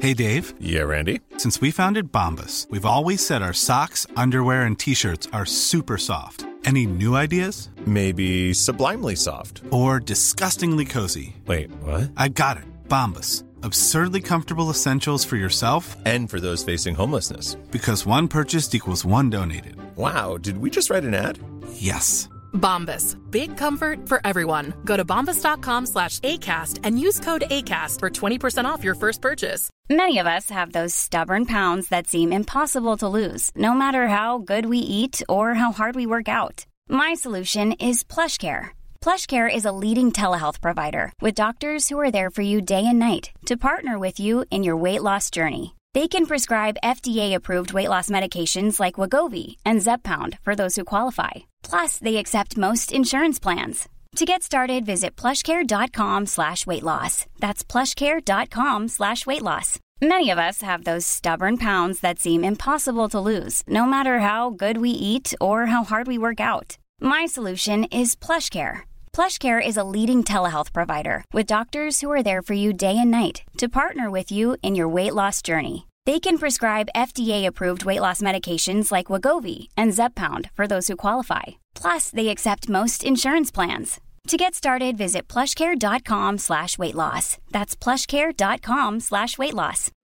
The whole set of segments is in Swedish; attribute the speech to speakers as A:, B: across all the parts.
A: Hey, Dave.
B: Yeah, Randy.
A: Since we founded Bombas, we've always said our socks, underwear, and T-shirts are super soft. Any new ideas?
B: Maybe sublimely soft.
A: Or disgustingly cozy?
B: Wait, what?
A: I got it. Bombas. Absurdly comfortable essentials for yourself
B: And for those facing homelessness.
A: Because one purchased equals one donated.
B: Wow, did we just write an ad?
A: Yes.
C: Bombas. Big comfort for everyone. Go to bombas.com/ACAST and use code ACAST for 20% off your first purchase.
D: Many of us have those stubborn pounds that seem impossible to lose, no matter how good we eat or how hard we work out. My solution is PlushCare. PlushCare is a leading telehealth provider with doctors who are there for you day and night to partner with you in your weight loss journey. They can prescribe FDA-approved weight loss medications like Wegovy and Zepbound for those who qualify. Plus, they accept most insurance plans. To get started, visit plushcare.com/weightloss. That's plushcare.com/weightloss. Many of us have those stubborn pounds that seem impossible to lose, no matter how good we eat or how hard we work out. My solution is PlushCare. PlushCare is a leading telehealth provider with doctors who are there for you day and night to partner with you in your weight loss journey. They can prescribe FDA-approved weight loss medications like Wegovy and Zepbound for those who qualify. Plus, they accept most insurance plans. To get started, visit plushcare.com/weightloss. That's plushcare.com/weightloss.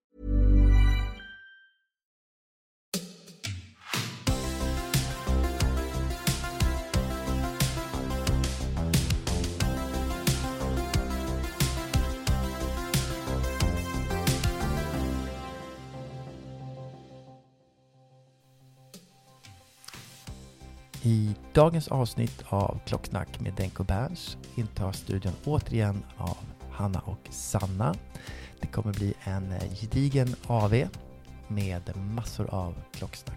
E: I dagens avsnitt av Klocksnack med Denko Berns intar studion återigen av Hanna och Sanna. Det kommer bli en gedigen AV med massor av klocksnack.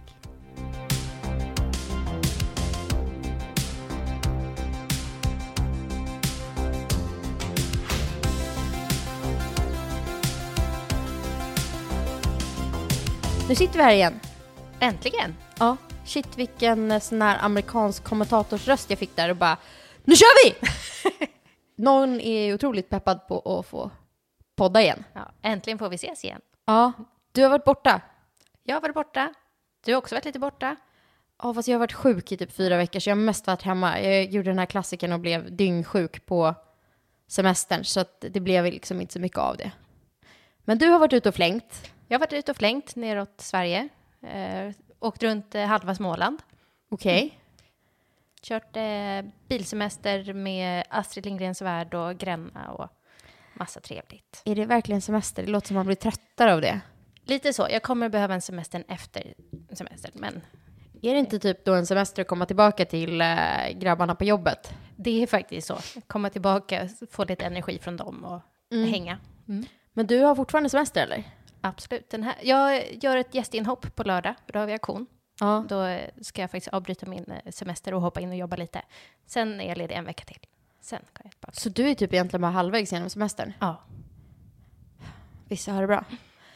F: Nu sitter vi här igen.
G: Äntligen.
F: Ja. Shit, vilken sån här amerikansk kommentatorsröst jag fick där och bara, nu kör vi! Någon är otroligt peppad på att få podda igen.
G: Ja, äntligen får vi ses igen.
F: Ja, du har varit borta.
G: Jag har varit borta. Du har också varit lite borta.
F: Ja, fast jag har varit sjuk i typ 4 veckor så jag har mest varit hemma. Jag gjorde den här klassiken och blev dyngsjuk på semestern så att det blev liksom inte så mycket av det. Men du har varit ute och flängt.
G: Jag har varit ute och flängt neråt Sverige. Åkt runt halva Småland.
F: Okej.
G: Kört bilsemester med Astrid Lindgrens Värld och Gränna och massa trevligt.
F: Är det verkligen semester? Det låter som man blir tröttare av det.
G: Lite så. Jag kommer behöva en semester efter semestern. Men
F: är det inte typ då en semester att komma tillbaka till grabbarna på jobbet?
G: det är faktiskt så. Komma tillbaka, få lite energi från dem och hänga. Mm.
F: Men du har fortfarande semester eller?
G: Absolut. Jag gör ett gästinhopp på lördag. Då har vi auktion.
F: Ja.
G: Då ska jag faktiskt avbryta min semester och hoppa in och jobba lite. Sen är jag ledig en vecka till. Sen kan jag tillbaka.
F: Så du är typ egentligen bara halvvägs genom semestern?
G: Ja.
F: Vissa har det bra.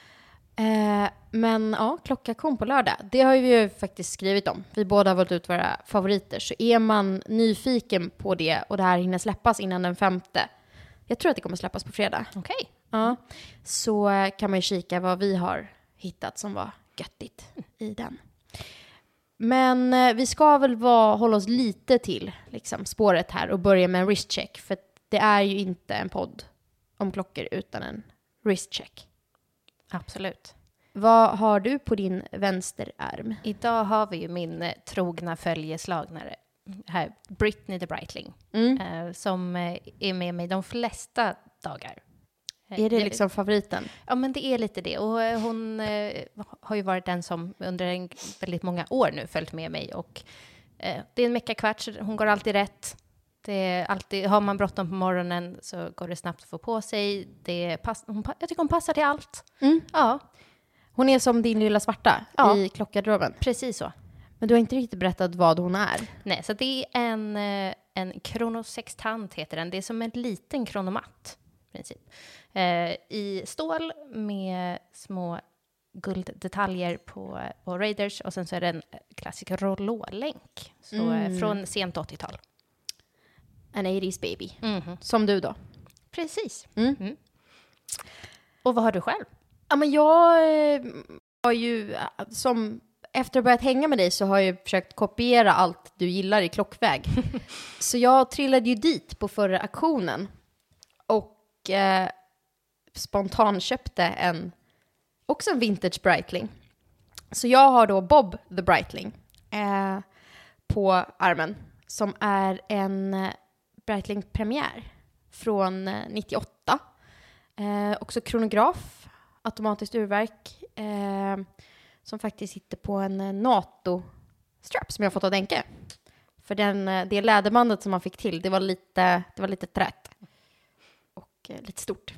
F: Men ja, klockaktion på lördag. Det har vi ju faktiskt skrivit om. Vi båda har valt ut våra favoriter. Så är man nyfiken på det och det här hinner släppas innan den 5:e. Jag tror att det kommer släppas på fredag.
G: Okej.
F: Ja. Så kan man ju kika vad vi har hittat som var göttigt i den. Men vi ska väl hålla oss lite till liksom, spåret här och börja med en wristcheck. För det är ju inte en podd om klockor utan en wristcheck.
G: Absolut.
F: Vad har du på din vänsterarm?
G: Idag har vi ju min trogna följeslagnare här, Brittany the Breitling. Som är med mig de flesta dagar.
F: Är det liksom favoriten?
G: Ja, men det är lite det. Och hon har ju varit den som under väldigt många år nu följt med mig. Och det är en meckakvart, så hon går alltid rätt. Det är alltid, har man bråttom på morgonen så går det snabbt att få på sig. Jag tycker hon passar till allt. Ja.
F: Hon är som din lilla svarta i klockgarderoben.
G: Precis så.
F: Men du har inte riktigt berättat vad hon är.
G: Nej, så det är en kronosextant heter den. Det är som en liten kronomatt. Princip. I stål med små gulddetaljer på Raiders. Och sen så är det en klassisk rollålänk. Så från sent 80-tal.
F: En 80s baby. Som du då.
G: Precis. Och vad har du själv?
F: Ja, men jag har ju, efter att ha börjat hänga med dig så har jag försökt kopiera allt du gillar i klockväg. Så jag trillade ju dit på förra auktionen och spontant köpte också en vintage Breitling. Så jag har då Bob the Breitling på armen, som är en Breitling premiär från 98. Också kronograf, automatiskt urverk, som faktiskt sitter på en NATO-strap som jag fått av Denke. För det läderbandet som man fick till, det var lite trätt och lite stort.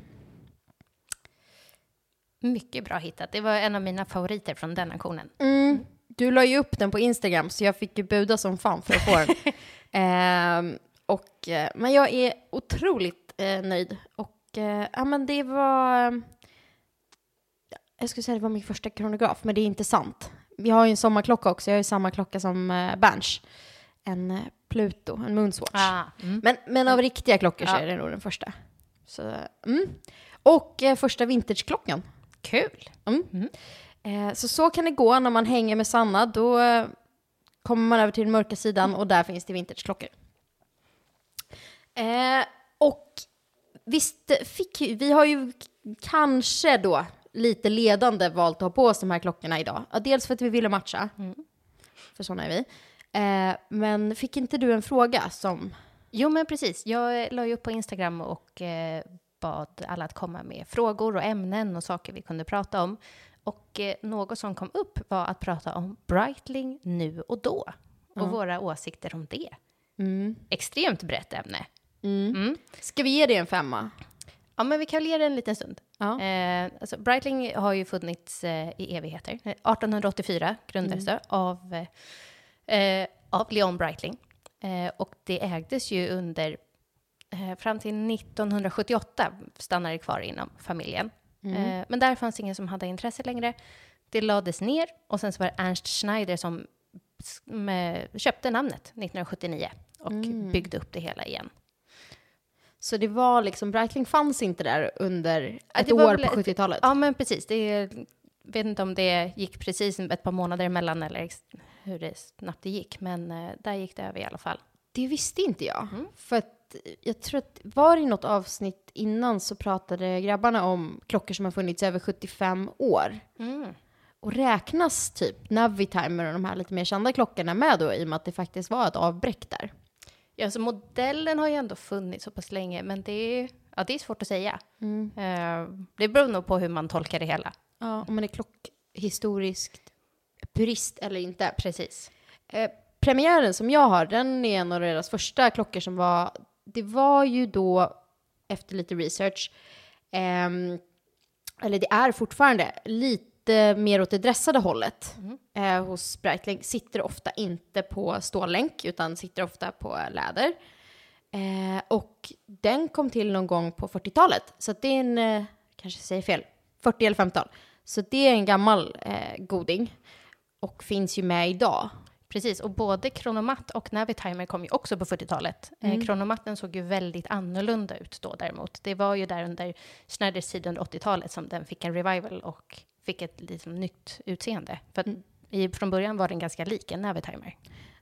G: Mycket bra hittat. Det var en av mina favoriter från den auktionen.
F: Du la ju upp den på Instagram, så jag fick ju buda som fan för att få den. Men jag är otroligt nöjd. Och men det var... Jag skulle säga det var min första kronograf, men det är inte sant. Vi har ju en sommarklocka också. Jag har ju samma klocka som Berns. En Pluto, en Moonswatch. Men av riktiga klockor så är det nog den första. Och första vintageklockan.
G: Kul!
F: Så kan det gå när man hänger med Sanna. Då kommer man över till den mörka sidan och där finns det vintageklockor. Och visst vi har ju kanske då lite ledande valt att ha på oss de här klockorna idag. Dels för att vi ville matcha. För sådana är vi. Men fick inte du en fråga som...
G: Jo, men precis. Jag la ju upp på Instagram och bad alla att komma med frågor och ämnen och saker vi kunde prata om. Och något som kom upp var att prata om Breitling nu och då. Och våra åsikter om det. Extremt brett ämne.
F: Ska vi ge det en 5?
G: Ja, men vi kan ge det en liten stund.
F: Ja.
G: Alltså Breitling har ju funnits i evigheter. 1884 grundades det av Leon Breitling. Och det ägdes ju under fram till 1978 stannade det kvar inom familjen. Men där fanns ingen som hade intresse längre. Det lades ner och sen så var det Ernst Schneider som köpte namnet 1979 och byggde upp det hela igen.
F: Så det var liksom, Breitling fanns inte där under ett år på 70-talet?
G: Ja, men precis. Vet inte om det gick precis ett par månader emellan eller hur det snabbt det gick. Men där gick det över i alla fall.
F: Det visste inte jag. För att jag tror att var i något avsnitt innan så pratade grabbarna om klockor som har funnits över 75 år. Och räknas typ Navitimer och de här lite mer kända klockorna med då, i och med att det faktiskt var ett avbräck där.
G: Ja, så modellen har ju ändå funnits så pass länge, men det är svårt att säga. Det beror nog på hur man tolkar det hela.
F: Ja, om man är klockhistoriskt purist eller inte.
G: Precis.
F: Premiären som jag har, den är en av deras första klockor som var... Det var ju då, efter lite research, eller det är fortfarande lite mer åt det dressade hållet hos Breitling. Sitter ofta inte på stållänk utan sitter ofta på läder. Och den kom till någon gång på 40-talet. Så att det är en, kanske säger fel, 40 eller 50-tal. Så det är en gammal goding och finns ju med idag.
G: Precis, och både Chronomat och Navitimer kom ju också på 40-talet. Chronomaten såg ju väldigt annorlunda ut då däremot. Det var ju där under Schneiders tid under 80-talet som den fick en revival och fick ett liksom nytt utseende. För att från början var den ganska lik en Navitimer.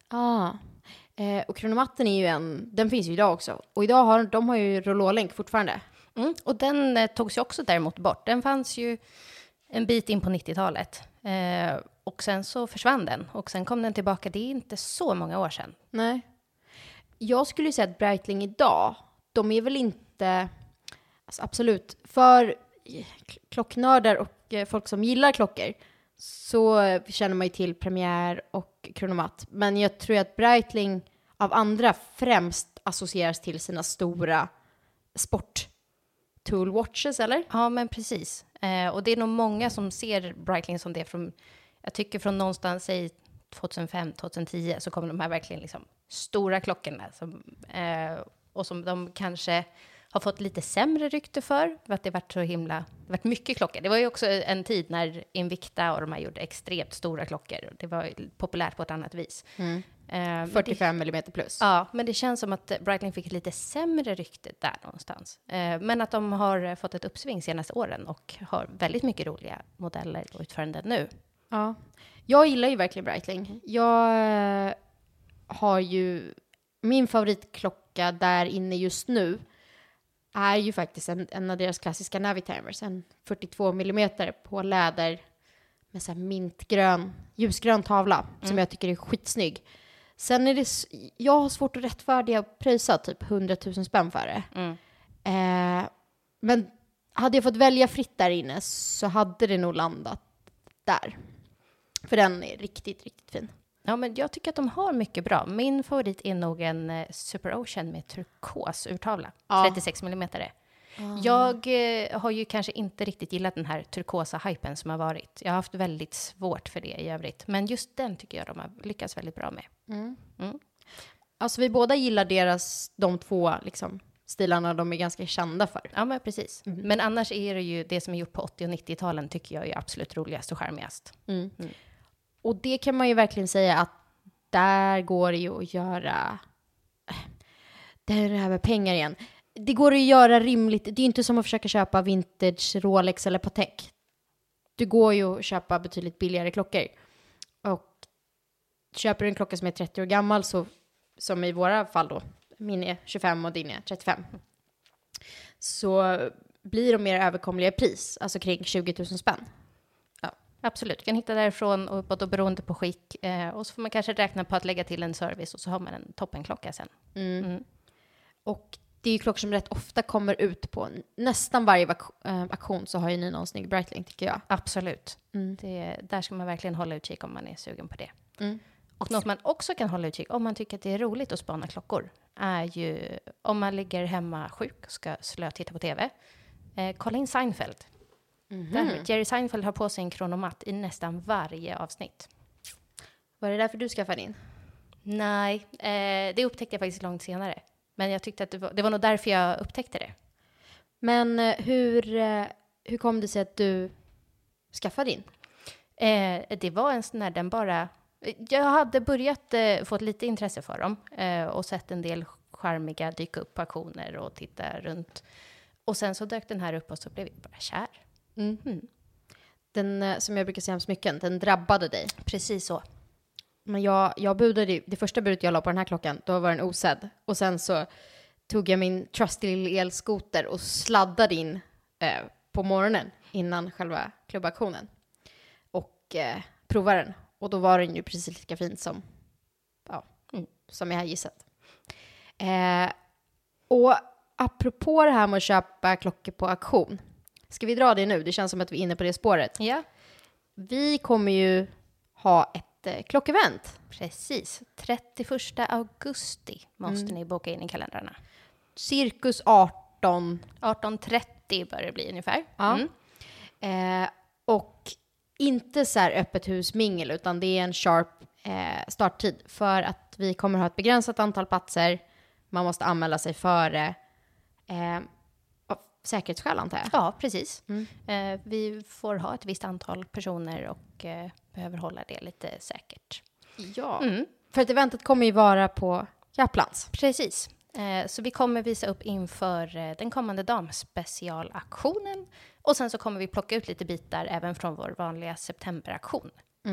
F: Och Chronomaten är ju den finns ju idag också. Och idag har ju rouleaulänk fortfarande.
G: Och den togs ju också däremot bort. Den fanns ju en bit in på 90-talet. Och sen så försvann den. Och sen kom den tillbaka. Det är inte så många år sedan.
F: Nej. Jag skulle säga att Breitling idag, de är väl inte... Alltså absolut. För klocknördar och folk som gillar klockor så känner man ju till Premiär och Chronomat. Men jag tror att Breitling av andra främst associeras till sina stora sport-toolwatches, eller?
G: Ja, men precis. Och det är nog många som ser Breitling som det från... Jag tycker från någonstans i 2005-2010 så kommer de här verkligen liksom stora klockorna och som de kanske har fått lite sämre rykte för att det varit mycket klockor. Det var ju också en tid när Invicta och de här gjorde extremt stora klockor. Det var populärt på ett annat vis.
F: 45 mm plus.
G: Ja, men det känns som att Breitling fick ett lite sämre rykte där någonstans. Men att de har fått ett uppsving senaste åren och har väldigt mycket roliga modeller och utföranden nu.
F: Ja, jag gillar ju verkligen Breitling. Jag har ju min favoritklocka där inne just nu är ju faktiskt en av deras klassiska Navitimers, en 42 mm på läder med så här mintgrön, ljusgrön tavla som jag tycker är skitsnygg. Sen är det, jag har svårt att rättfärdiga och pröjsa typ 100 000 spänn för det. Men hade jag fått välja fritt där inne så hade det nog landat där. För den är riktigt, riktigt fin.
G: Ja, men jag tycker att de har mycket bra. Min favorit är nog en Super Ocean med turkos urtavla. 36 mm. Jag har ju kanske inte riktigt gillat den här turkosa hypen som har varit. Jag har haft väldigt svårt för det i övrigt. Men just den tycker jag de har lyckats väldigt bra med.
F: Alltså vi båda gillar de två liksom, stilarna de är ganska kända för.
G: Ja, men precis. Men annars är det ju det som är gjort på 80- och 90-talen tycker jag är absolut roligast och charmigast.
F: Och det kan man ju verkligen säga att där går det ju att göra... Det här med pengar igen. Det går att göra rimligt. Det är ju inte som att försöka köpa vintage Rolex eller Patek. Du går ju att köpa betydligt billigare klockor. Och köper du en klocka som är 30 år gammal, så, som i våra fall då, min är 25 och din är 35, så blir de mer överkomliga pris, alltså kring 20 000 spänn.
G: Absolut, du kan hitta därifrån och uppåt och beroende på skick. Och så får man kanske räkna på att lägga till en service och så har man en toppenklocka sen.
F: Och det är ju klockor som rätt ofta kommer ut på nästan varje auktion, så har ju ni någon snygg Breitling tycker jag.
G: Absolut. Där ska man verkligen hålla utkik om man är sugen på det. Och något man också kan hålla utkik om man tycker att det är roligt att spana klockor är ju om man ligger hemma sjuk och ska titta på tv. Kolla in Seinfeld. Jerry Seinfeld har på sig en kronomatt i nästan varje avsnitt.
F: Var det därför du skaffade in?
G: Nej, det upptäckte jag faktiskt långt senare. Men jag tyckte att det var nog därför jag upptäckte det.
F: Men hur kom det sig att du skaffade in?
G: Det var en sån där, den bara... Jag hade börjat få ett lite intresse för dem. Och sett en del charmiga dyka upp på auktioner och titta runt. Och sen så dök den här upp och så blev jag bara kär.
F: Den, som jag brukar säga om smycken, den drabbade dig.
G: Precis så.
F: Men jag budade, det första budet jag la på den här klockan, då var den osedd. Och sen så tog jag min trusty lilla elskoter och sladdade in på morgonen innan själva klubbaktionen. Och provade den. Och då var den ju precis lika fin som jag har gissat. Och apropå det här med att köpa klockor på auktion. Ska vi dra det nu? Det känns som att vi är inne på det spåret.
G: Ja.
F: Vi kommer ju ha ett klockevent.
G: Precis. 31 augusti måste ni boka in i kalendrarna.
F: Cirkus 18:30
G: bör det bli ungefär.
F: Ja. Och inte så här öppet husmingel, utan det är en sharp starttid. För att vi kommer ha ett begränsat antal platser. Man måste anmäla sig före. Av säkerhetsskäl antar jag.
G: Ja, precis. Vi får ha ett visst antal personer och behöver hålla det lite säkert.
F: Ja. För att eventet kommer ju vara på Kaplans.
G: Precis. Så vi kommer visa upp inför den kommande damspecialaktionen. Och sen så kommer vi plocka ut lite bitar även från vår vanliga septemberaktion.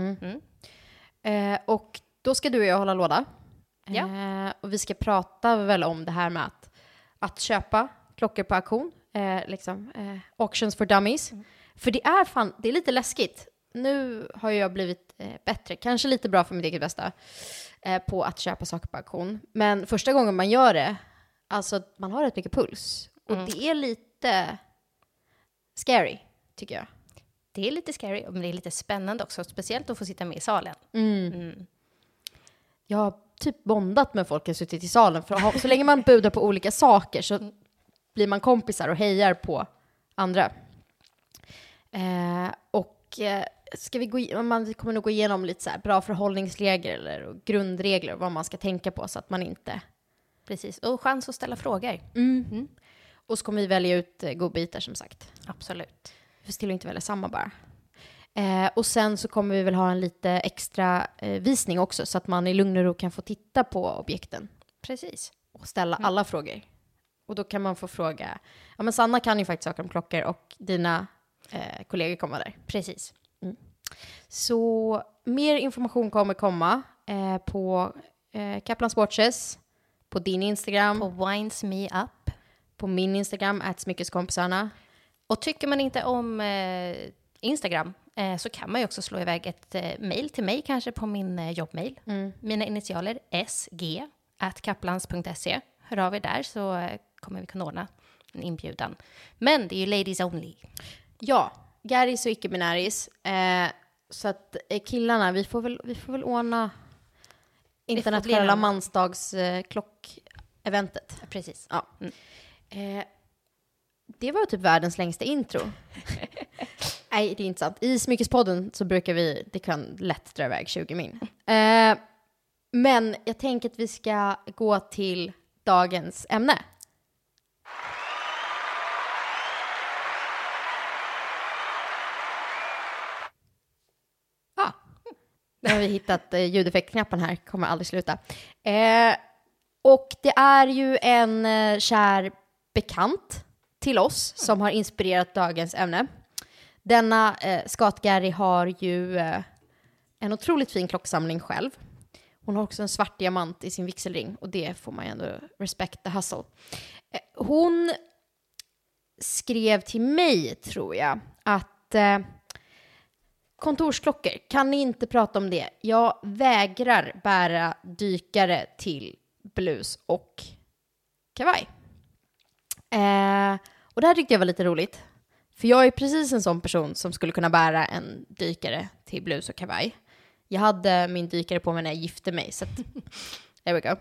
F: Och då ska du och jag hålla låda.
G: Ja.
F: Och vi ska prata väl om det här med att köpa klockor på auktion. Auctions for dummies. För det är lite läskigt. Nu har jag blivit bättre, kanske lite bra för mitt eget bästa, på att köpa saker på auktion. Men första gången man gör det, alltså man har rätt mycket puls. Och det är lite scary, tycker jag.
G: Det är lite scary, men det är lite spännande också. Speciellt att få sitta med i salen.
F: Jag har typ bondat med folk som suttit i salen. För så länge man budar på olika saker så blir man kompisar och hejar på andra. Man kommer nog gå igenom lite så här bra förhållningsregler och grundregler, vad man ska tänka på så att man inte...
G: Precis, och chans att ställa frågor.
F: Och så kommer vi välja ut godbitar som sagt.
G: Absolut.
F: Vi får till inte välja samma bara. Och sen så kommer vi väl ha en lite extra visning också, så att man i lugn och ro kan få titta på objekten.
G: Precis.
F: Och ställa alla frågor. Och då kan man få fråga, ja men Sanna kan ju faktiskt saker om klockor och dina kollegor kommer där.
G: Precis.
F: Så mer information kommer komma på Kaplans Watches, på din Instagram,
G: På Winds Me Up.
F: på min Instagram, @smyckeskompisarna.
G: Och tycker man inte om Instagram så kan man ju också slå iväg ett mejl till mig, kanske på min jobbmail. Mina initialer sg@kaplans.se. Hör av er där så kommer vi kunna ordna en inbjudan. Men det är ju ladies only.
F: Ja, Garis och icke-binäris. Så att killarna, vi får väl ordna internationella mansdags-klock-eventet.
G: Precis.
F: Ja. Det var typ världens längsta intro. Nej, det är inte sant. I Smyckespodden så brukar det kan lätt dra iväg 20 min. Men jag tänker att vi ska gå till dagens ämne. Ja, nu har vi hittat ljudeffektknappen här. Kommer aldrig sluta. Och det är ju en kär bekant till oss som har inspirerat dagens ämne. Denna Skat-Gary har ju en otroligt fin klocksamling själv. Hon har också en svart diamant i sin vigselring och det får man ju ändå respect the hustle. Hon skrev till mig, tror jag, att kontorsklockor, kan ni inte prata om det? Jag vägrar bära dykare till blus och kavaj. Och det här tyckte jag var lite roligt. För jag är precis en sån person som skulle kunna bära en dykare till blus och kavaj. Jag hade min dykare på mig när jag gifte mig. Så att, there we go.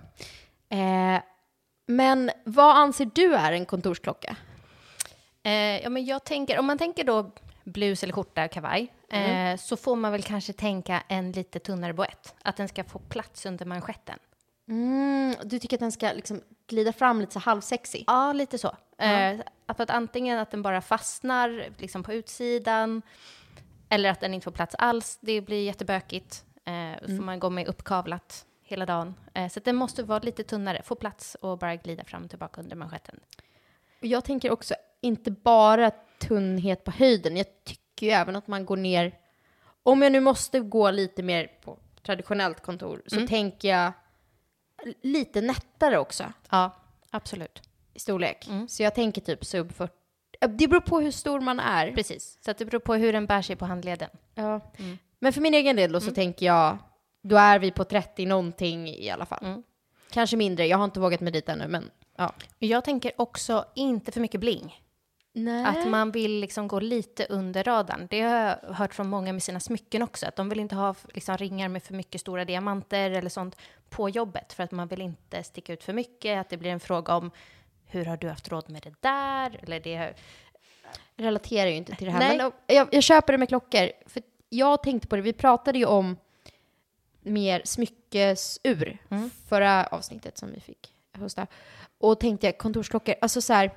F: Men vad anser du är en kontorsklocka?
G: Ja, men jag tänker, om man tänker då blus eller skjorta och kavaj, så får man väl kanske tänka en lite tunnare boett. Att den ska få plats under manschetten.
F: Du tycker att den ska liksom glida fram lite så halvsexy?
G: Ja, lite så. Att antingen att den bara fastnar liksom på utsidan, eller att den inte får plats alls. Det blir jättebökigt. Så får man gå med uppkavlat hela dagen. Så att den måste vara lite tunnare. Få plats och bara glida fram och tillbaka under manschetten.
F: Jag tänker också inte bara tunnhet på höjden. Jag tycker ju även att man går ner. Om jag nu måste gå lite mer på traditionellt kontor så tänker jag lite nättare också.
G: Ja, absolut.
F: I storlek. Så jag tänker typ sub 40. Det beror på hur stor man är.
G: Precis. Så att det beror på hur den bär sig på handleden.
F: Ja. Men för min egen del då så tänker jag, då är vi på 30 någonting i alla fall. Kanske mindre. Jag har inte vågat mig dit ännu, men ja.
G: Jag tänker också inte för mycket bling.
F: Nej.
G: Att man vill liksom gå lite under radarn. Det har jag hört från många med sina smycken också. Att de vill inte ha liksom ringar med för mycket stora diamanter eller sånt på jobbet. För att man vill inte sticka ut för mycket. Att det blir en fråga om hur har du haft råd med det där? Eller det
F: Relaterar ju inte till det här.
G: Nej.
F: Men jag köper det med klockor. För jag tänkte på det. Vi pratade ju om mer smyckesur. Förra avsnittet som vi fick hosta. Och tänkte jag kontorsklockor. Alltså så här.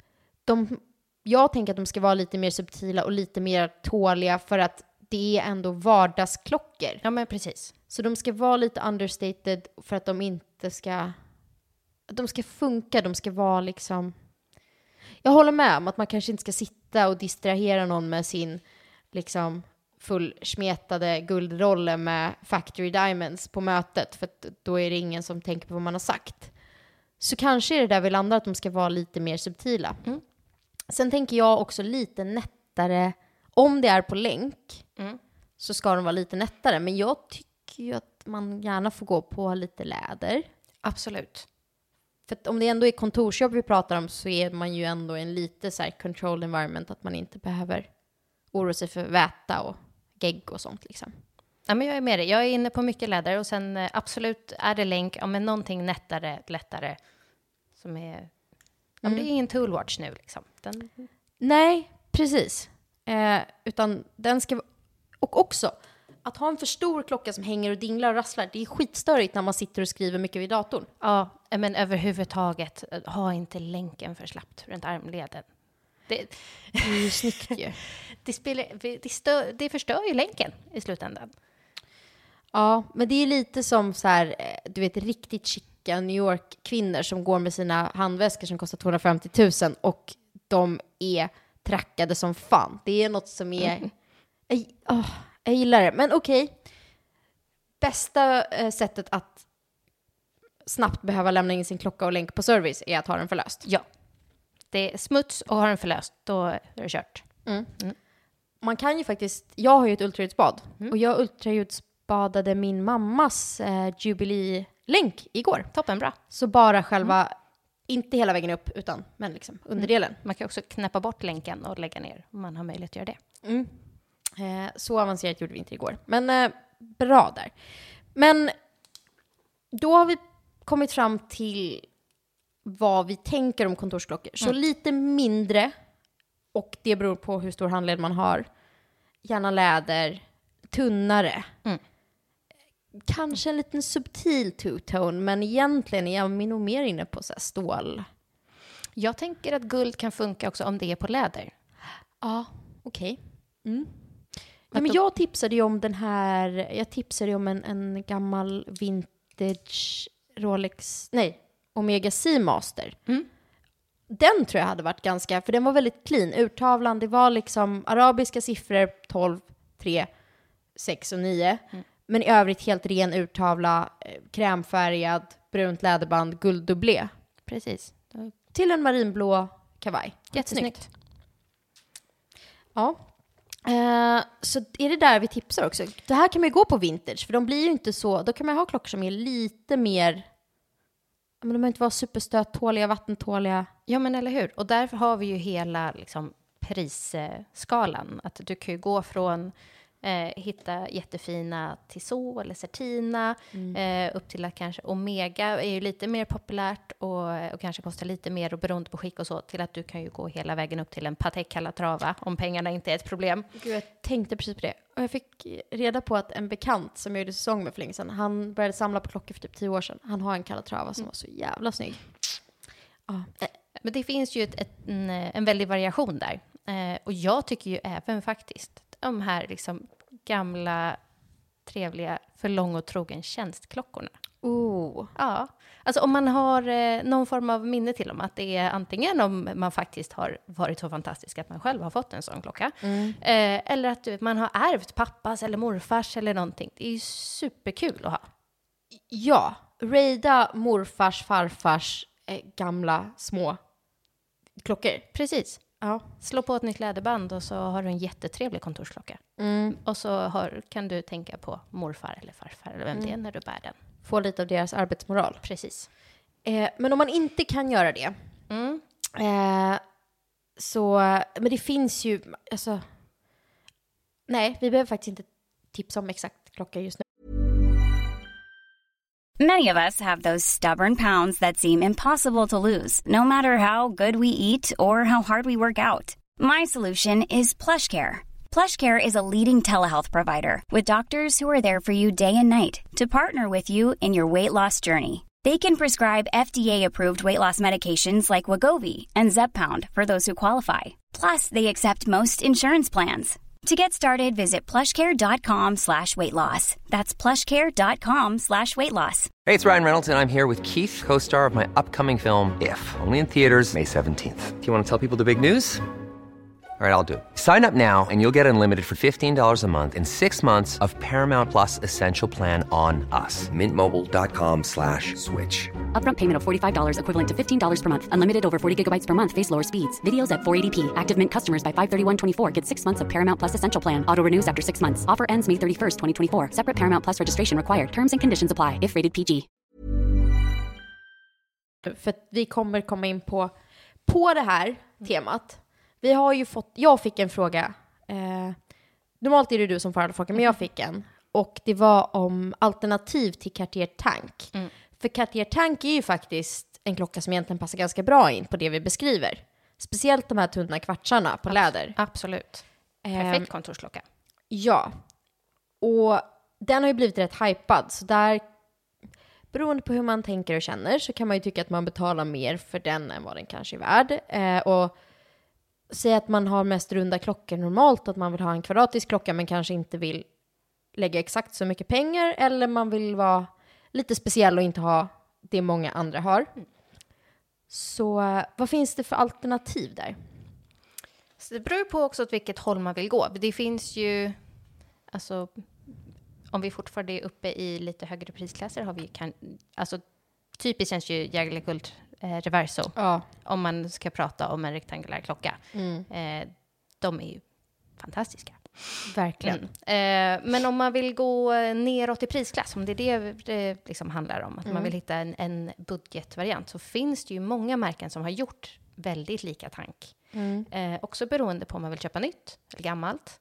F: Jag tänker att de ska vara lite mer subtila och lite mer tåliga för att det är ändå vardagsklockor.
G: Ja, men precis.
F: Så de ska vara lite understated för att de inte ska... De ska funka, de ska vara liksom... Jag håller med om att man kanske inte ska sitta och distrahera någon med sin liksom fullsmetade guldrolle med Factory Diamonds på mötet. För att då är det ingen som tänker på vad man har sagt. Så kanske är det där vi landar att de ska vara lite mer subtila. Sen tänker jag också lite nättare. Om det är på länk så ska de vara lite nättare. Men jag tycker ju att man gärna får gå på lite läder.
G: Absolut.
F: För att om det ändå är kontorsjobb vi pratar om så är man ju ändå en lite så här controlled environment. Att man inte behöver oroa sig för väta och gegg och sånt liksom.
G: Ja, men jag är med dig. Jag är inne på mycket läder och sen absolut är det länk. Ja, men någonting nättare, lättare som är... Ja, men det är ingen toolwatch nu liksom.
F: Nej, precis. Utan den ska... Och också, att ha en för stor klocka som hänger och dinglar och rasslar, det är skitstörigt när man sitter och skriver mycket vid datorn.
G: Ja, men överhuvudtaget, ha inte länken för slappt runt armleden. Det
F: är ju snyggt ju.
G: Det förstör ju länken i slutändan.
F: Ja, men det är lite som så här, du vet, riktigt chicka New York-kvinnor som går med sina handväskor som kostar 250 000 och de är trackade som fan. Det är något som är... Jag gillar det. Men okej. Bästa sättet att snabbt behöva lämna in sin klocka och länk på service är att ha den förlöst.
G: Ja. Det är smuts och har den förlöst, då är det kört.
F: Man kan ju faktiskt... Jag har ju ett ultraljudsbad. Och jag ultraljudsbadade min mammas Jubilee-länk igår.
G: Toppenbra.
F: Så bara själva... Inte hela vägen upp, men liksom underdelen.
G: Man kan också knäppa bort länken och lägga ner om man har möjlighet att göra det.
F: Så avancerat gjorde vi inte igår. Men bra där. Men då har vi kommit fram till vad vi tänker om kontorsklockor. Så lite mindre, och det beror på hur stor handled man har. Gärna läder, tunnare. Kanske en liten subtil two-tone, men egentligen är jag nog mer inne på så här stål.
G: Jag tänker att guld kan funka också om det är på läder.
F: Ja, okej. Ja, men jag tipsade ju om den här... Jag tipsade ju om en gammal vintage Rolex... Nej, Omega Seamaster. Den tror jag hade varit ganska... För den var väldigt clean. Urtavlan, det var liksom arabiska siffror 12, 3, 6 och 9. Men i övrigt helt ren urtavla, krämfärgad, brunt läderband, gulddubblé.
G: Precis.
F: Till en marinblå kavaj.
G: Jättesnyggt.
F: Ja. Så är det där vi tipsar också. Det här kan man ju gå på vintage, för de blir ju inte så... Då kan man ha klockor som är lite mer... Men de behöver inte vara superstöttåliga, vattentåliga.
G: Ja, men eller hur? Och därför har vi ju hela liksom, prisskalan. Att du kan ju gå från... hitta jättefina Tissot eller Certina upp till att kanske Omega är ju lite mer populärt och kanske kostar lite mer och beroende på skick och så, till att du kan ju gå hela vägen upp till en Patek Calatrava om pengarna inte är ett problem.
F: Gud, jag tänkte precis på det. Och jag fick reda på att en bekant som jag gjorde säsong med för länge sedan, han började samla på klockor för typ 10 år sedan. Han har en Calatrava som var så jävla snygg.
G: Men det finns ju en väldig variation där. Och jag tycker ju även faktiskt de här liksom gamla, trevliga, för lång och trogen tjänstklockorna. Ja, alltså om man har någon form av minne till dem, att det är antingen om man faktiskt har varit så fantastisk att man själv har fått en sån klocka, eller att man har ärvt pappas eller morfars eller någonting. Det är ju superkul att ha.
F: Ja, raida morfars, farfars gamla små klockor.
G: Precis. Ja. Slå på ett nytt läderband och så har du en jättetrevlig kontorsklocka. Och så kan du tänka på morfar eller farfar eller vem det är när du bär den.
F: Få lite av deras arbetsmoral.
G: Precis.
F: Men om man inte kan göra det så... Men det finns ju... Alltså, nej, vi behöver faktiskt inte tipsa om exakt klocka just nu.
D: Many of us have those stubborn pounds that seem impossible to lose, no matter how good we eat or how hard we work out. My solution is PlushCare. PlushCare is a leading telehealth provider with doctors who are there for you day and night to partner with you in your weight loss journey. They can prescribe FDA-approved weight loss medications like Wegovy and Zepbound for those who qualify. Plus, they accept most insurance plans. To get started, visit plushcare.com/weightloss. That's plushcare.com/weightloss.
H: Hey, it's Ryan Reynolds, and I'm here with Keith, co-star of my upcoming film, If, only in theaters May 17th. Do you want to tell people the big news? All right, I'll do it. Sign up now and you'll get unlimited for $15 a month and 6 months of Paramount Plus Essential Plan on us.
I: Mintmobile.com/switch.
J: Upfront payment of $45 equivalent to $15 per month. Unlimited over 40 gigabytes per month. Face lower speeds. Videos at 480p. Active Mint customers by 531.24 get 6 months of Paramount Plus Essential Plan. Auto renews after 6 months. Offer ends May 31st, 2024. Separate Paramount Plus registration required. Terms and conditions apply if rated PG.
F: För vi kommer komma in på det här temat. Vi har ju jag fick en fråga. Normalt är det du som får alla frågor, men jag fick en. Och det var om alternativ till Cartier Tank. För Cartier Tank är ju faktiskt en klocka som egentligen passar ganska bra in på det vi beskriver. Speciellt de här tunna kvartsarna på läder.
G: Absolut. Perfekt kontorsklocka.
F: Ja. Och den har ju blivit rätt hypad. Så där, beroende på hur man tänker och känner, så kan man ju tycka att man betalar mer för den än vad den kanske är värd. Och säga att man har mest runda klockor normalt, att man vill ha en kvadratisk klocka men kanske inte vill lägga exakt så mycket pengar, eller man vill vara lite speciell och inte ha det många andra har. Så vad finns det för alternativ där?
G: Så det beror på också åt vilket håll man vill gå. Det finns ju, alltså, om vi fortfarande är uppe i lite högre prisklasser har vi alltså typiskt känns ju Jaeger-LeCoultre Reverso. Ja. Om man ska prata om en rektangulär klocka. De är ju fantastiska.
F: Verkligen.
G: Men om man vill gå neråt i prisklass, om det är det liksom handlar om, att man vill hitta en budgetvariant, så finns det ju många märken som har gjort väldigt lika tank. Också beroende på om man vill köpa nytt eller gammalt.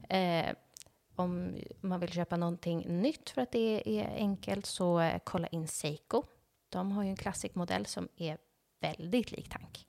G: Om man vill köpa någonting nytt för att det är enkelt, så kolla in Seiko. De har ju en klassikmodell som är väldigt lik tank.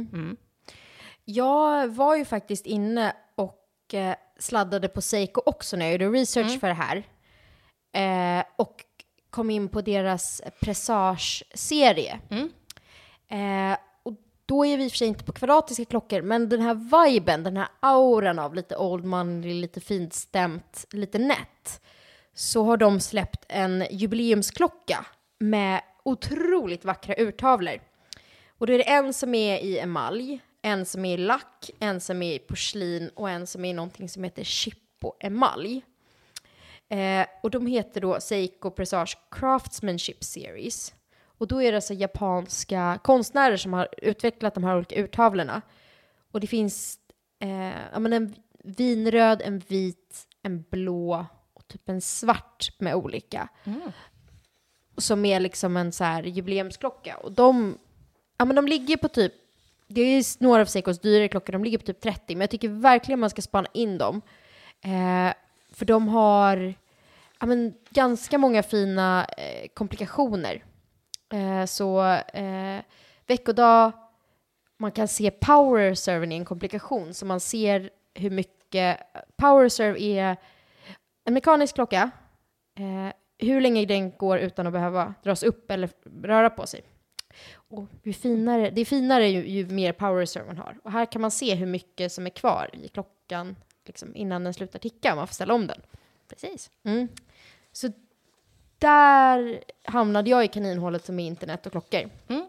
F: Jag var ju faktiskt inne och sladdade på Seiko också när jag gjorde research för det här. Och kom in på deras Presage-serie. Och då är vi i och för sig inte på kvadratiska klockor, men den här viben, den här auran av lite old money, lite fint stämt, lite nätt, så har de släppt en jubileumsklocka med otroligt vackra urtavlor. Och då är det en som är i emalj, en som är i lack, en som är i porslin och en som är i någonting som heter Chippo emalj. Och de heter då Seiko Presage Craftsmanship Series. Och då är det alltså japanska konstnärer som har utvecklat de här olika urtavlorna. Och det finns en vinröd, en vit, en blå och typ en svart med olika. Som är liksom en så här jubileumsklocka. Och de ligger på typ, det är några av Seikos dyrare klockor, de ligger på typ 30. Men jag tycker verkligen man ska spana in dem. För de har ganska många fina komplikationer. Så veckodag, man kan se power serven i en komplikation. Så man ser hur mycket power serve är en mekanisk klocka. Hur länge den går utan att behöva dras upp eller röra på sig. Och det är finare ju mer power serve man har. Och här kan man se hur mycket som är kvar i klockan liksom, innan den slutar ticka. Man får ställa om den.
G: Precis.
F: Så där hamnade jag i kaninhålet som är internet och klockor.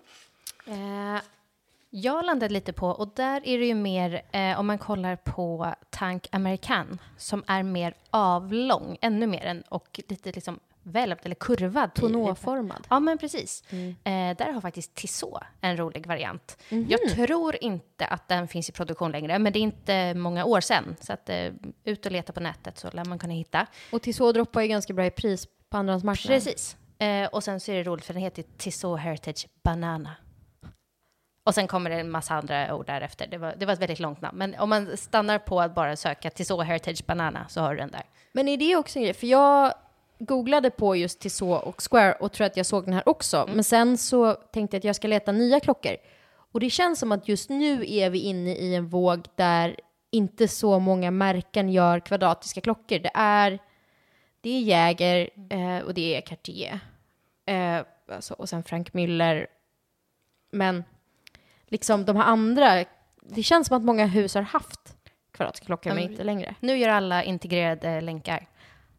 G: Jag landade lite på, och där är det ju mer, om man kollar på Tank American, som är mer avlång, ännu mer än, och lite liksom välvd eller kurvad.
F: Tonåformad.
G: Ja, men precis. Där har faktiskt Tissot en rolig variant. Jag tror inte att den finns i produktion längre, men det är inte många år sedan. Så att ut och leta på nätet så lär man kunna hitta.
F: Och Tissot droppar ju ganska bra i pris på andrahandsmarknaden.
G: Precis. Och sen så är det roligt för den heter Tissot Heritage Banana. Och sen kommer det en massa andra ord därefter. Det var ett väldigt långt namn. Men om man stannar på att bara söka Tissot Heritage Banana så har du den där.
F: Men är det också en grej? För jag googlade på just Tissot och Square och tror att jag såg den här också. Men sen så tänkte jag att jag ska leta nya klockor. Och det känns som att just nu är vi inne i en våg där inte så många märken gör kvadratiska klockor. Det är Jaeger och det är Cartier. Och sen Frank Müller. Men liksom de här andra, det känns som att många hus har haft kvadratiska klockor men inte längre.
G: Nu gör alla integrerade länkar.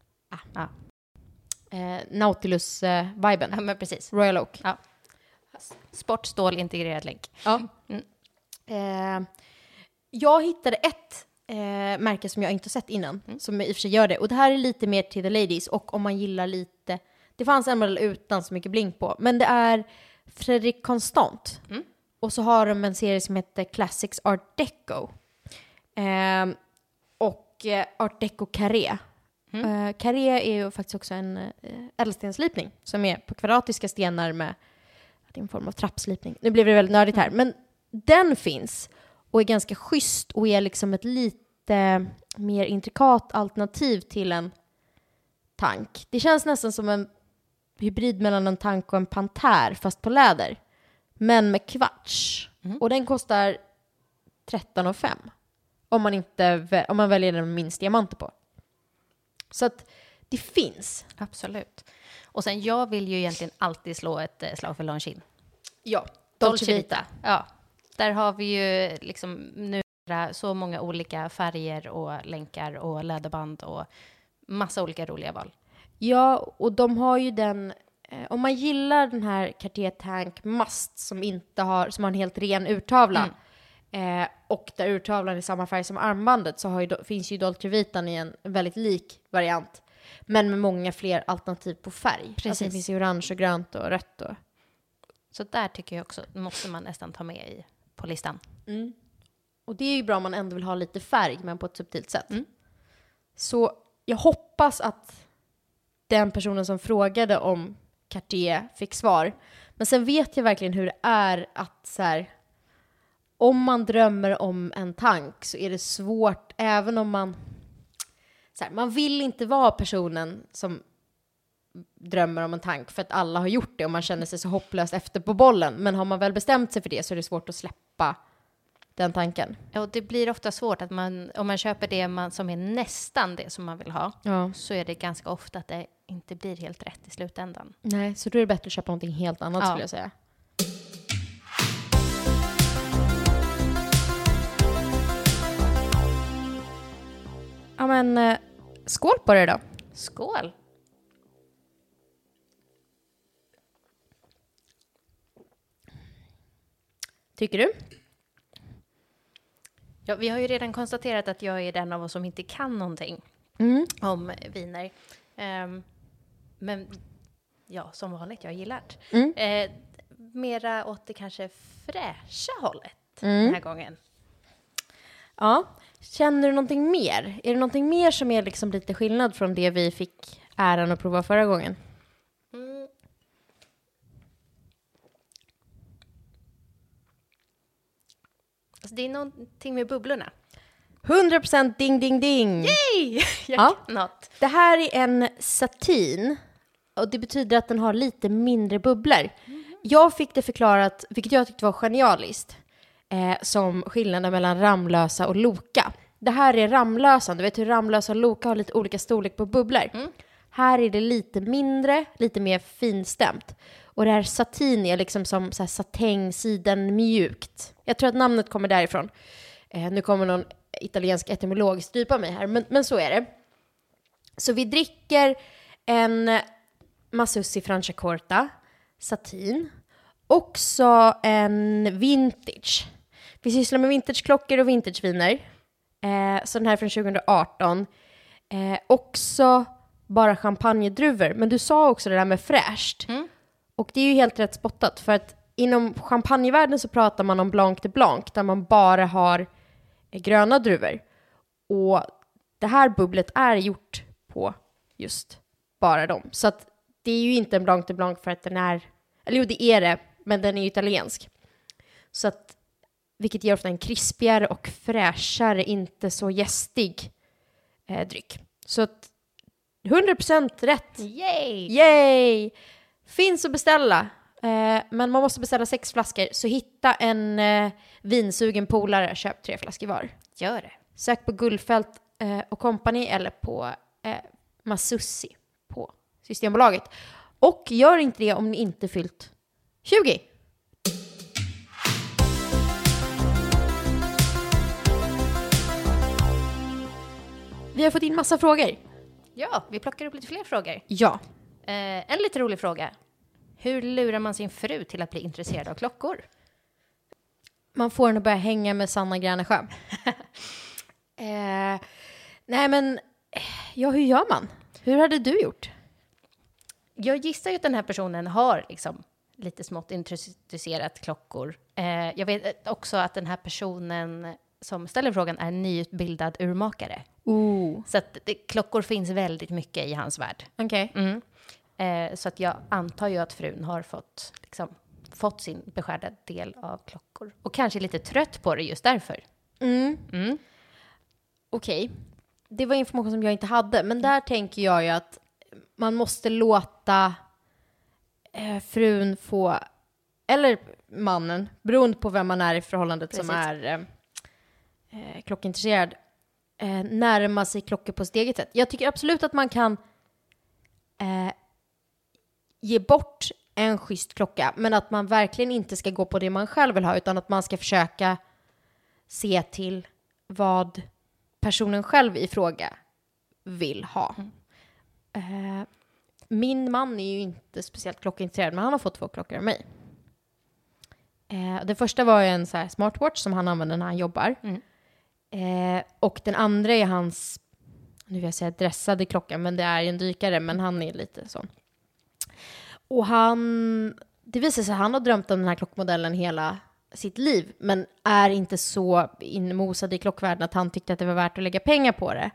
F: Nautilus-viben.
G: Ja, men precis.
F: Royal Oak.
G: Ja. Sportstål integrerad länk.
F: Ja. Jag hittade ett märke som jag inte sett innan, som i och för sig gör det. Och det här är lite mer till the ladies, och om man gillar lite, det fanns en modell utan så mycket blink på, men det är Fredrik Constant. Och så har de en serie som heter Classics Art Deco. Och Art Deco Carré. Carré är ju faktiskt också en ädelstenslipning som är på kvadratiska stenar med en form av trappslipning. Nu blev det väldigt nördigt här. Men den finns och är ganska schysst och är liksom ett lite mer intrikat alternativ till en tank. Det känns nästan som en hybrid mellan en tank och en Panter fast på läder. Men med kvarts. Och den kostar 13,5 om man väljer den med minst diamanter på. Så att det finns.
G: Absolut. Och sen, jag vill ju egentligen alltid slå ett slag för Longines.
F: Ja,
G: Dolce Vita. Ja, där har vi ju liksom nu så många olika färger och länkar och läderband och massa olika roliga val.
F: Ja, och de har ju den... om man gillar den här Cartier Tank Must som har en helt ren urtavla och där urtavlan är samma färg som armbandet, så finns ju Dolce Vitan i en väldigt lik variant. Men med många fler alternativ på färg.
G: Precis.
F: Alltså det finns ju orange och grönt och rött.
G: Så där tycker jag också måste man nästan ta med på listan.
F: Mm. Och det är ju bra om man ändå vill ha lite färg, men på ett subtilt sätt. Så jag hoppas att den personen som frågade om Cartier fick svar. Men sen vet jag verkligen hur det är att så här, om man drömmer om en tank så är det svårt, även om man vill inte vara personen som drömmer om en tank för att alla har gjort det och man känner sig så hopplöst efter på bollen. Men har man väl bestämt sig för det så är det svårt att släppa den tanken.
G: Ja, och det blir ofta svårt att om man köper det som är nästan det som man vill ha, så är det ganska ofta att det inte blir helt rätt i slutändan.
F: Nej, så då är det bättre att köpa någonting helt annat skulle jag säga. Ja, men skål på det då.
G: Skål!
F: Tycker du?
G: Ja, vi har ju redan konstaterat att jag är den av oss som inte kan någonting om viner. Men ja, som vanligt, jag gillar det. Mera åt det kanske fräscha hållet den här gången.
F: Ja. Känner du någonting mer? Är det någonting mer som är liksom lite skillnad från det vi fick äran att prova förra gången?
G: Alltså, det är någonting med bubblorna.
F: 100% ding, ding, ding!
G: Yay! Jag kan något.
F: Det här är en satin. Och det betyder att den har lite mindre bubblor. Jag fick det förklarat, vilket jag tyckte var genialiskt, som skillnaden mellan Ramlösa och Loka. Det här är Ramlösa. Du vet hur Ramlösa och Loka har lite olika storlek på bubblor. Här är det lite mindre, lite mer finstämt. Och det här satin är liksom som så här satäng, siden mjukt. Jag tror att namnet kommer därifrån. Nu kommer någon italiensk etymolog strypa mig här, men så är det. Så vi dricker en Masussi Franciacorta, satin. Också en vintage. Vi sysslar med vintageklockor och vintageviner. Så den här är från 2018. Också bara champagnedruvor. Men du sa också det där med fräscht. Och det är ju helt rätt spottat. För att inom champagnevärlden så pratar man om blanc de blanc. Där man bara har gröna druvor. Och det här bubblet är gjort på just bara dem. Så att det är ju inte en blanc de blanc för att den är... Eller jo, det är det. Men den är ju italiensk. Så att, vilket ger ofta en krispigare och fräschare, inte så gästig dryck. Så att 100% rätt.
G: Yay!
F: Yay! Finns att beställa. Men man måste beställa 6 flaskor. Så hitta en vinsugen polare. Köp 3 flaskor var.
G: Gör det.
F: Sök på Gullfält och Company eller på Masussi på Systembolaget. Och gör inte det om ni inte fyllt 20. Vi har fått in massa frågor.
G: Ja, vi plockar upp lite fler frågor.
F: Ja.
G: En lite rolig fråga. Hur lurar man sin fru till att bli intresserad av klockor?
F: Man får nog börja hänga med Sanna Gärnesjö. Nej men, ja, hur gör man? Hur hade du gjort?
G: Jag gissar ju att den här personen har liksom lite smått intresserat klockor. Jag vet också att den här personen som ställer frågan är nyutbildad urmakare. Så att klockor finns väldigt mycket i hans värld.
F: Okej.
G: Så att jag antar ju att frun har fått sin beskärda del av klockor. Och kanske lite trött på det just därför.
F: Okej. Det var information som jag inte hade. Men där tänker jag ju att man måste låta frun få, eller mannen, beroende på vem man är i förhållandet. Precis. Som är klockintresserad, närma sig klockor på sitt eget sätt. Jag tycker absolut att man kan ge bort en schysst klocka, men att man verkligen inte ska gå på det man själv vill ha, utan att man ska försöka se till vad personen själv i fråga vill ha. Min man är ju inte speciellt klockintresserad, men han har fått 2 klockor av mig. Det första var ju en så här smartwatch som han använder när han jobbar. Och den andra är hans, nu vill jag säga dressade klocka, men det är en dykare, men han är lite sån. Och det visar sig att han har drömt om den här klockmodellen hela sitt liv, men är inte så inmosad i klockvärlden att han tyckte att det var värt att lägga pengar på det.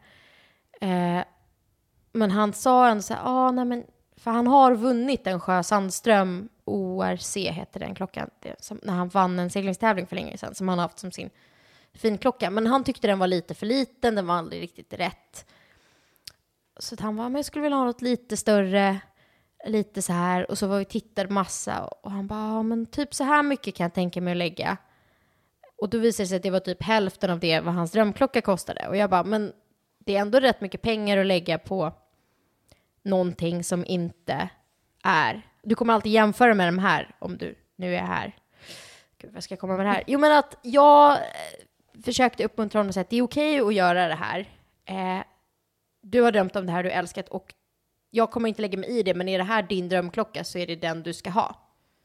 F: Men han sa ändå så här, nej men, för han har vunnit en Sjö Sandström ORC heter den klockan, när han vann en seglingstävling för länge sedan, som han har haft som sin finklocka. Men han tyckte den var lite för liten, den var aldrig riktigt rätt. Så att han var, men jag skulle vilja ha något lite större, lite så här. Och så var vi tittade massa och han bara, men typ så här mycket kan jag tänka mig att lägga. Och då visade det sig att det var typ hälften av det vad hans drömklocka kostade. Och jag bara, men det är ändå rätt mycket pengar att lägga på någonting som inte är. Du kommer alltid jämföra med de här om du nu är här. Gud, vad ska jag komma med det här? Jo, men att jag försökte uppmuntra honom och säga att det är okej att göra det här. Du har drömt om det här du älskat och jag kommer inte lägga mig i det, men är det här din drömklocka så är det den du ska ha.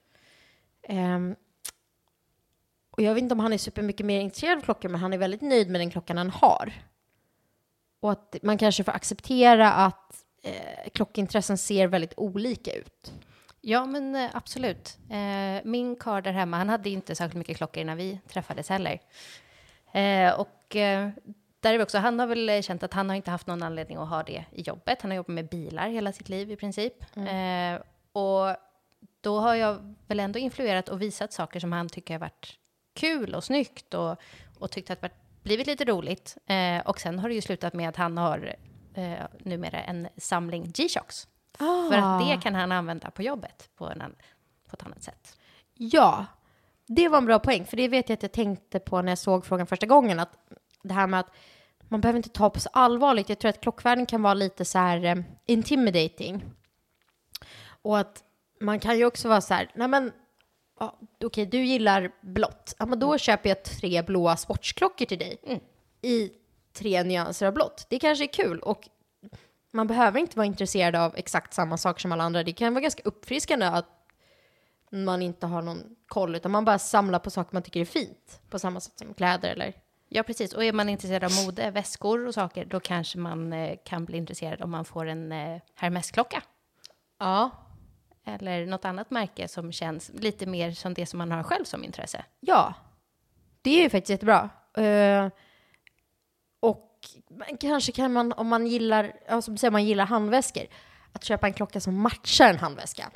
F: Och jag vet inte om han är supermycket mer intresserad av klockor, men han är väldigt nöjd med den klockan han har. Och att man kanske får acceptera att klockintressen ser väldigt olika ut.
G: Ja, men absolut. Min karl där hemma, han hade inte särskilt mycket klockor när vi träffades heller. Där är vi också, han har väl känt att han har inte haft någon anledning att ha det i jobbet. Han har jobbat med bilar hela sitt liv i princip. Och då har jag väl ändå influerat och visat saker som han tycker har varit kul och snyggt och tyckt att det blivit lite roligt. Och sen har det ju slutat med att han har numera en samling G-Shocks. För att det kan han använda på jobbet på ett annat sätt.
F: Ja, det var en bra poäng. För det vet jag att jag tänkte på när jag såg frågan första gången. Att det här med att man behöver inte ta på så allvarligt. Jag tror att klockvärlden kan vara lite så här intimidating. Och att man kan ju också vara så här, nej men okej, du gillar blått. Ja, men då köper jag 3 blåa sportsklockor till dig. I 3 nyanser av blått. Det kanske är kul och man behöver inte vara intresserad av exakt samma saker som alla andra. Det kan vara ganska uppfriskande att man inte har någon koll, utan man bara samlar på saker man tycker är fint. På samma sätt som kläder eller...
G: Ja, precis. Och är man intresserad av mode, väskor och saker, då kanske man kan bli intresserad om man får en Hermes-klocka.
F: Ja.
G: Eller något annat märke som känns lite mer som det som man har själv som intresse.
F: Ja, det är ju faktiskt jättebra. Och kanske kan man, om man gillar, som du säger, man gillar handväskor, att köpa en klocka som matchar en handväska.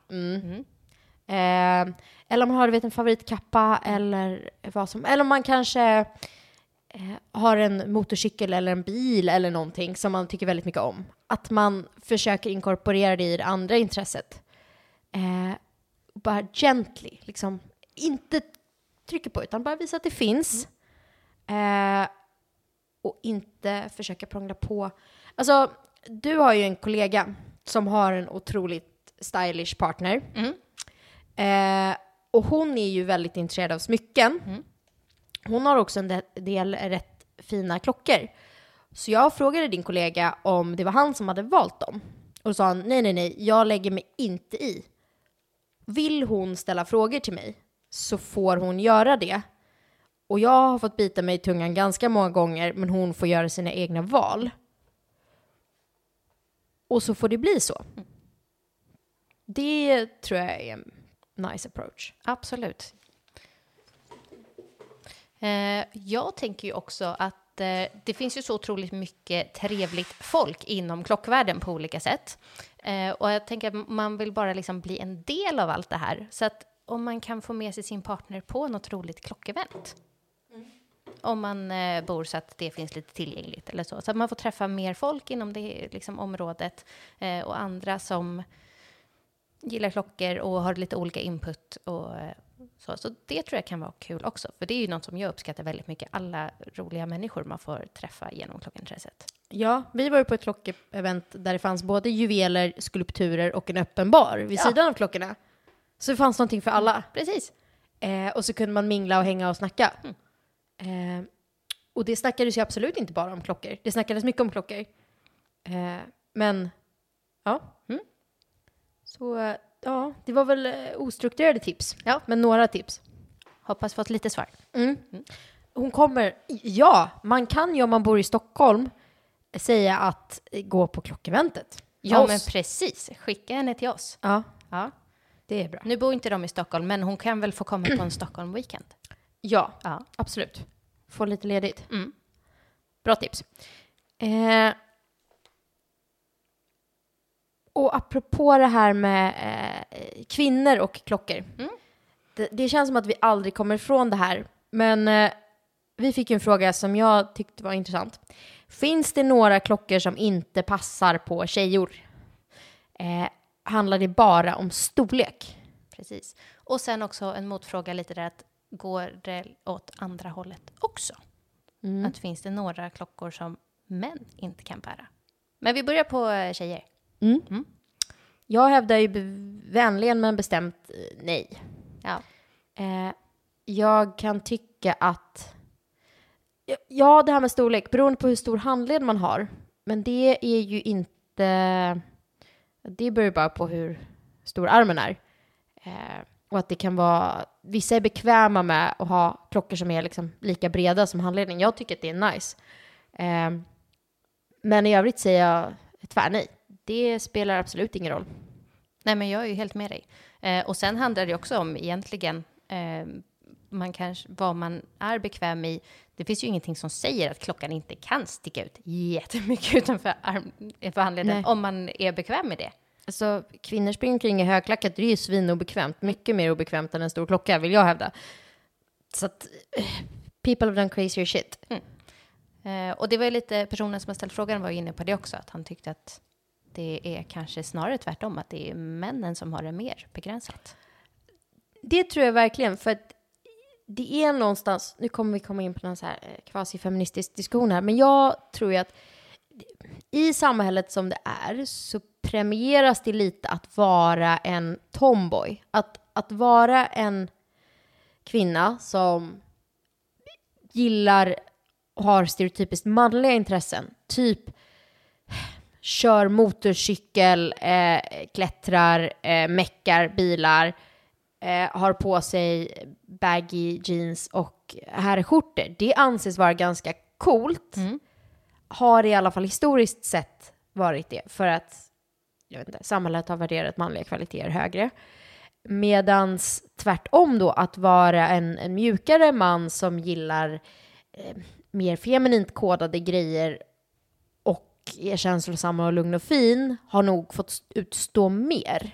F: Eller om man har en favoritkappa eller vad som, eller om man kanske har en motorcykel eller en bil eller någonting som man tycker väldigt mycket om. Att man försöker inkorporera det i det andra intresset. Bara gently, liksom inte trycka på, utan bara visa att det finns. Och inte försöka prångla på. Alltså, du har ju en kollega som har en otroligt stylish partner. Och hon är ju väldigt intresserad av smycken. Hon har också en del rätt fina klockor. Så jag frågade din kollega om det var han som hade valt dem. Och då sa han, nej, jag lägger mig inte i. Vill hon ställa frågor till mig så får hon göra det. Och jag har fått bita mig i tungan ganska många gånger, men hon får göra sina egna val. Och så får det bli så. Det tror jag är en nice approach.
G: Absolut. Jag tänker ju också att det finns ju så otroligt mycket trevligt folk inom klockvärlden på olika sätt. Och jag tänker att man vill bara liksom bli en del av allt det här. Så att om man kan få med sig sin partner på något roligt klockevent. Om man bor så att det finns lite tillgängligt eller så. Så att man får träffa mer folk inom det liksom, området. Och andra som gillar klockor och har lite olika input och så det tror jag kan vara kul också. För det är ju något som jag uppskattar väldigt mycket. Alla roliga människor man får träffa genom klockintresset.
F: Ja, vi var ju på ett klockevent där det fanns både juveler, skulpturer och en öppen bar vid sidan av klockorna. Så det fanns någonting för alla.
G: Precis.
F: Och så kunde man mingla och hänga och snacka. Och det snackades ju absolut inte bara om klockor. Det snackades mycket om klockor. Men, ja. Så, ja, det var väl ostrukturerade tips. Ja, men några tips.
G: Hoppas fått lite svar.
F: Hon kommer, ja, man kan ju om man bor i Stockholm säga att gå på klockeventet.
G: Ja, men precis. Skicka henne till oss.
F: Ja,
G: det är bra. Nu bor inte de i Stockholm, men hon kan väl få komma på en Stockholm-weekend?
F: Ja, absolut. Få lite ledigt. Bra tips. Och apropå det här med kvinnor och klockor. Det känns som att vi aldrig kommer ifrån det här. Men vi fick ju en fråga som jag tyckte var intressant. Finns det några klockor som inte passar på tjejor? Handlar det bara om storlek?
G: Precis. Och sen också en motfråga lite där, att går det åt andra hållet också? Att finns det några klockor som män inte kan bära? Men vi börjar på tjejer.
F: Jag hävdar ju vänligen men bestämt nej.
G: Ja.
F: Jag kan tycka att ja, det här med storlek, beroende på hur stor handled man har. Men det är ju inte, det beror bara på hur stor armen är. Och att det kan vara, vissa är bekväma med att ha klockor som är liksom lika breda som handledning. Jag tycker att det är nice. Men i övrigt säger jag tvärnej. Det spelar absolut ingen roll.
G: Nej, men jag är ju helt med dig. Och sen handlar det också om egentligen vad man är bekväm i. Det finns ju ingenting som säger att klockan inte kan sticka ut jättemycket utanför handleden om man är bekväm med det.
F: Alltså, kvinnor springer omkring i högklackat, det är ju svinobekvämt. Mycket mer obekvämt än en stor klocka, vill jag hävda. Så att, people have done crazier shit.
G: Och det var ju lite, personen som har ställt frågan var inne på det också, att han tyckte att det är kanske snarare tvärtom, att det är männen som har det mer begränsat.
F: Det tror jag verkligen, för att det är någonstans, nu kommer vi komma in på någon så här quasi-feministisk diskussion här, men jag tror ju att i samhället som det är så premieras det lite att vara en tomboy. Att vara en kvinna som gillar och har stereotypiskt manliga intressen. Typ kör motorcykel, klättrar, meckar bilar, har på sig baggy jeans och herrskjortor. Det anses vara ganska coolt. Har i alla fall historiskt sett varit det. För att jag vet inte, samhället har värderat manliga kvaliteter högre. Medans tvärtom då, att vara en mjukare man som gillar mer feminint kodade grejer och är känslosamma och lugn och fin har nog fått utstå mer.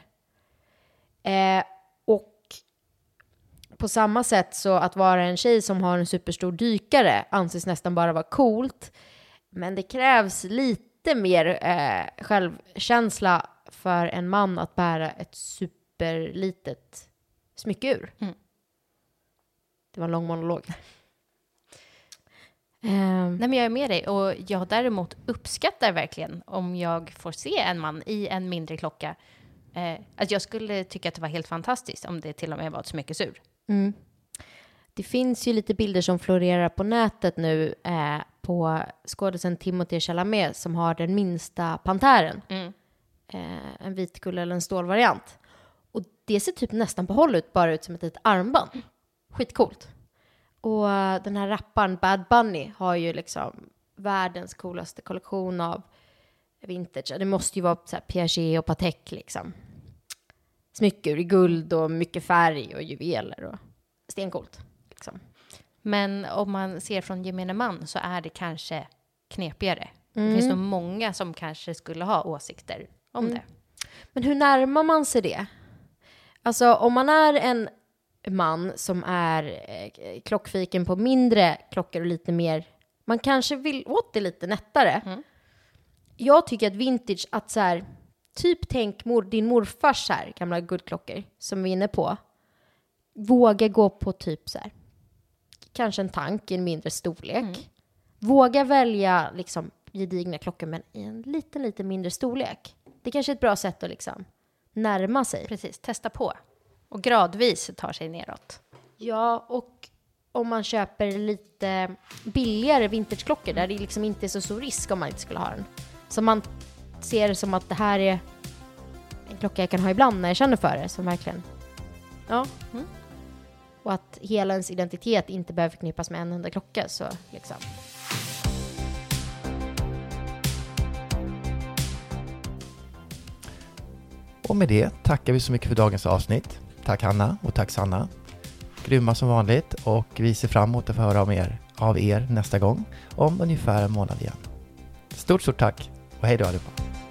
F: Och på samma sätt så att vara en tjej som har en superstor dykare anses nästan bara vara coolt. Men det krävs lite mer självkänsla för en man att bära ett superlitet smyckeur. Det var en lång monolog.
G: Nej, men jag är med dig, och jag däremot uppskattar verkligen om jag får se en man i en mindre klocka. Att jag skulle tycka att det var helt fantastiskt om det till och med var ett smyckesur.
F: Det finns ju lite bilder som florerar på nätet nu på skådisen Timothée Chalamet som har den minsta pantären. En vitgull eller en stålvariant. Och det ser typ nästan på håll ut, bara ut som ett litet armband. Skitcoolt. Och den här rapparen Bad Bunny har ju liksom världens coolaste kollektion av vintage. Det måste ju vara så här Piaget och Patek liksom. Smycker i guld och mycket färg och juveler och stencoolt liksom.
G: Men om man ser från gemene man så är det kanske knepigare. Det finns nog många som kanske skulle ha åsikter om det.
F: Men hur närmar man sig det? Alltså om man är en man som är klockfiken på mindre klockor och lite mer, man kanske vill åt det lite nättare. Jag tycker att vintage, att så här, typ tänk din morfars här gamla guldklockor som vi är inne på. Våga gå på typ så här, kanske en tank i en mindre storlek. Våga välja liksom gedigna klockor men i en lite mindre storlek. Det är kanske är ett bra sätt att liksom närma sig.
G: Precis, testa på. Och gradvis tar sig neråt.
F: Ja, och om man köper lite billigare vintageklockor där det liksom inte är så stor risk om man inte skulle ha den. Så man ser det som att det här är en klocka jag kan ha ibland när jag känner för det. Som verkligen, ja. Mm. Och att hela ens identitet inte behöver förknippas med en enda klocka. Så liksom.
E: Och med det tackar vi så mycket för dagens avsnitt. Tack Hanna och tack Sanna. Grymma som vanligt och vi ser fram emot att få höra av er nästa gång om ungefär en månad igen. Stort tack och hej då allihopa.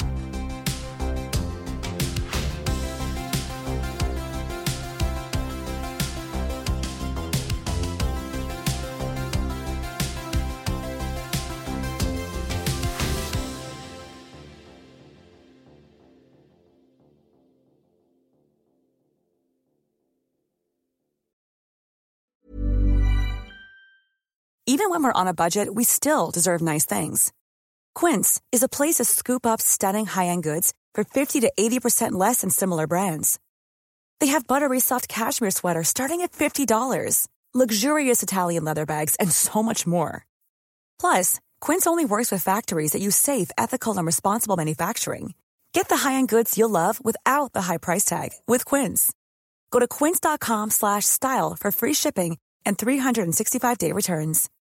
I: Even when we're on a budget, we still deserve nice things. Quince is a place to scoop up stunning high-end goods for 50 to 80% less than similar brands. They have buttery soft cashmere sweaters starting at $50, luxurious Italian leather bags, and so much more. Plus, Quince only works with factories that use safe, ethical, and responsible manufacturing. Get the high-end goods you'll love without the high price tag with Quince. Go to quince.com/style for free shipping and 365-day returns.